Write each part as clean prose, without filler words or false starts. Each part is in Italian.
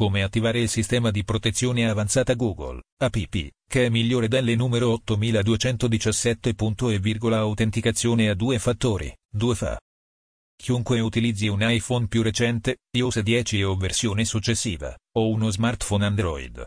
Come attivare il sistema di protezione avanzata Google, app, che è migliore delle numero 8217. Autenticazione a due fattori, 2FA. Chiunque utilizzi un iPhone più recente, iOS 10 o versione successiva, o uno smartphone Android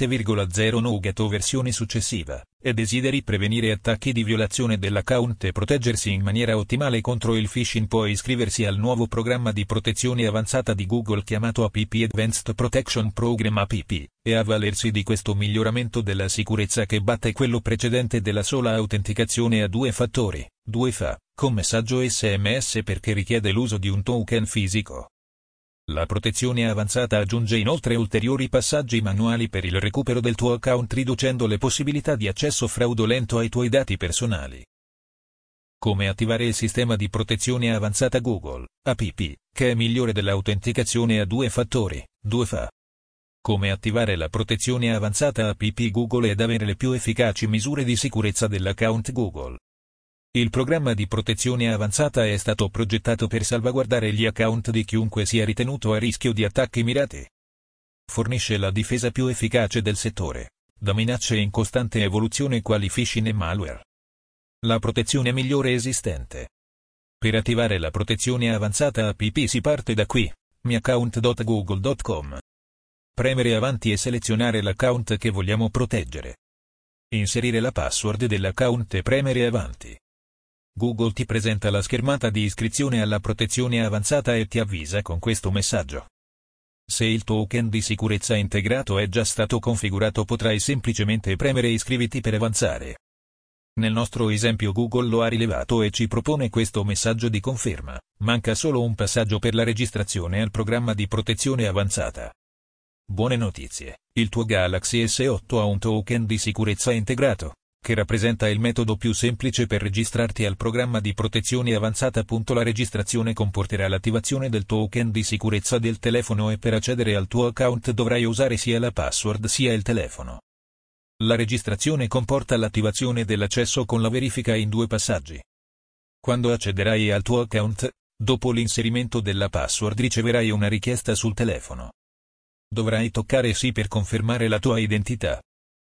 7,0 Nougat o versione successiva, e desideri prevenire attacchi di violazione dell'account e proteggersi in maniera ottimale contro il phishing, può iscriversi al nuovo programma di protezione avanzata di Google chiamato App Advanced Protection Program (app) e avvalersi di questo miglioramento della sicurezza che batte quello precedente della sola autenticazione a due fattori, 2FA, con messaggio SMS perché richiede l'uso di un token fisico. La protezione avanzata aggiunge inoltre ulteriori passaggi manuali per il recupero del tuo account, riducendo le possibilità di accesso fraudolento ai tuoi dati personali. Come attivare il sistema di protezione avanzata Google, app, che è migliore dell'autenticazione a due fattori, 2FA. Come attivare la protezione avanzata app Google ed avere le più efficaci misure di sicurezza dell'account Google. Il programma di protezione avanzata è stato progettato per salvaguardare gli account di chiunque sia ritenuto a rischio di attacchi mirati. Fornisce la difesa più efficace del settore, da minacce in costante evoluzione quali phishing e malware. La protezione migliore esistente. Per attivare la protezione avanzata app si parte da qui, miaccount.google.com. Premere avanti e selezionare l'account che vogliamo proteggere. Inserire la password dell'account e premere avanti. Google ti presenta la schermata di iscrizione alla protezione avanzata e ti avvisa con questo messaggio. Se il token di sicurezza integrato è già stato configurato, potrai semplicemente premere iscriviti per avanzare. Nel nostro esempio Google lo ha rilevato e ci propone questo messaggio di conferma. Manca solo un passaggio per la registrazione al programma di protezione avanzata. Buone notizie, il tuo Galaxy S8 ha un token di sicurezza integrato, che rappresenta il metodo più semplice per registrarti al programma di protezione avanzata. La registrazione comporterà l'attivazione del token di sicurezza del telefono e per accedere al tuo account dovrai usare sia la password sia il telefono. La registrazione comporta l'attivazione dell'accesso con la verifica in due passaggi. Quando accederai al tuo account, dopo l'inserimento della password riceverai una richiesta sul telefono. Dovrai toccare sì per confermare la tua identità.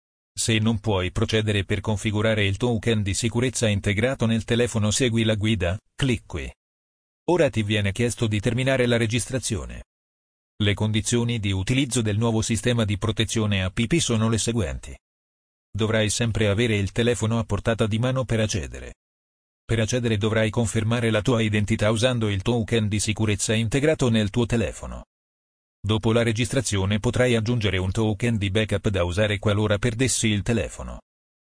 Se non puoi procedere per configurare il token di sicurezza integrato nel telefono, segui la guida, clic qui. Ora ti viene chiesto di terminare la registrazione. Le condizioni di utilizzo del nuovo sistema di protezione app sono le seguenti. Dovrai sempre avere il telefono a portata di mano per accedere. Per accedere dovrai confermare la tua identità usando il token di sicurezza integrato nel tuo telefono. Dopo la registrazione potrai aggiungere un token di backup da usare qualora perdessi il telefono.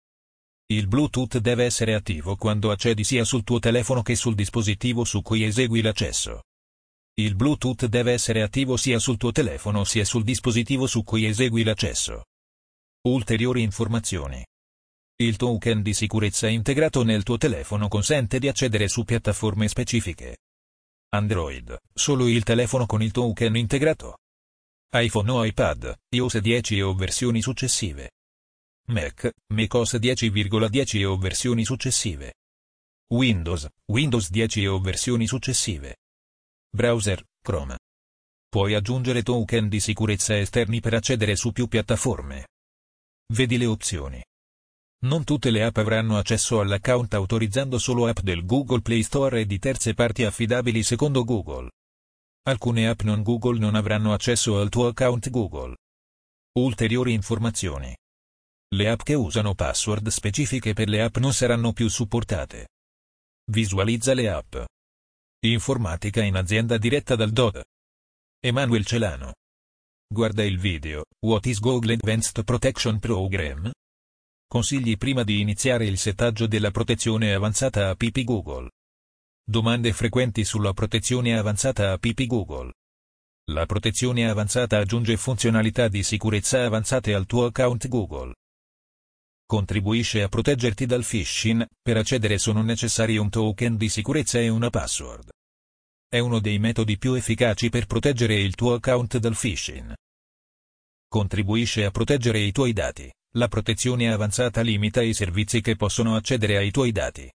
Il Bluetooth deve essere attivo quando accedi sia sul tuo telefono che sul dispositivo su cui esegui l'accesso. Il Bluetooth deve essere attivo sia sul tuo telefono sia sul dispositivo su cui esegui l'accesso. Ulteriori informazioni. Il token di sicurezza integrato nel tuo telefono consente di accedere su piattaforme specifiche. Android, solo il telefono con il token integrato. iPhone o iPad, iOS 10 o versioni successive. Mac, macOS 10,10 o versioni successive. Windows, Windows 10 o versioni successive. Browser, Chrome. Puoi aggiungere token di sicurezza esterni per accedere su più piattaforme. Vedi le opzioni. Non tutte le app avranno accesso all'account autorizzando solo app del Google Play Store e di terze parti affidabili secondo Google. Alcune app non Google non avranno accesso al tuo account Google. Ulteriori informazioni. Le app che usano password specifiche per le app non saranno più supportate. Visualizza le app. Informatica in azienda diretta dal DOD. Emanuel Celano. Guarda il video, What is Google Advanced Protection Program? Consigli prima di iniziare il settaggio della protezione avanzata app Google. Domande frequenti sulla protezione avanzata app Google. La protezione avanzata aggiunge funzionalità di sicurezza avanzate al tuo account Google. Contribuisce a proteggerti dal phishing, per accedere sono necessari un token di sicurezza e una password. È uno dei metodi più efficaci per proteggere il tuo account dal phishing. Contribuisce a proteggere i tuoi dati. La protezione avanzata limita i servizi che possono accedere ai tuoi dati.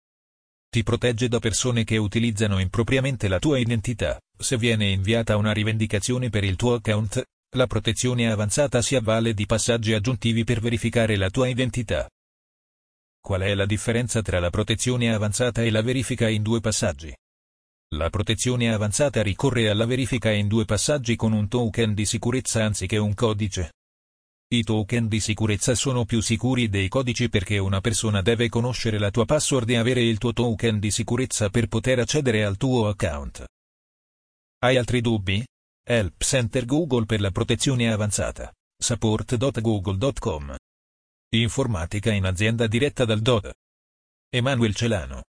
Ti protegge da persone che utilizzano impropriamente la tua identità. Se viene inviata una rivendicazione per il tuo account, La protezione avanzata si avvale di passaggi aggiuntivi per verificare la tua identità. Qual è la differenza tra la protezione avanzata e la verifica in due passaggi? La protezione avanzata ricorre alla verifica in due passaggi con un token di sicurezza anziché un codice. I token di sicurezza sono più sicuri dei codici perché una persona deve conoscere la tua password e avere il tuo token di sicurezza per poter accedere al tuo account. Hai altri dubbi? Help Center Google per la protezione avanzata. support.google.com. Informatica in azienda diretta dal Dott. Emanuel Celano.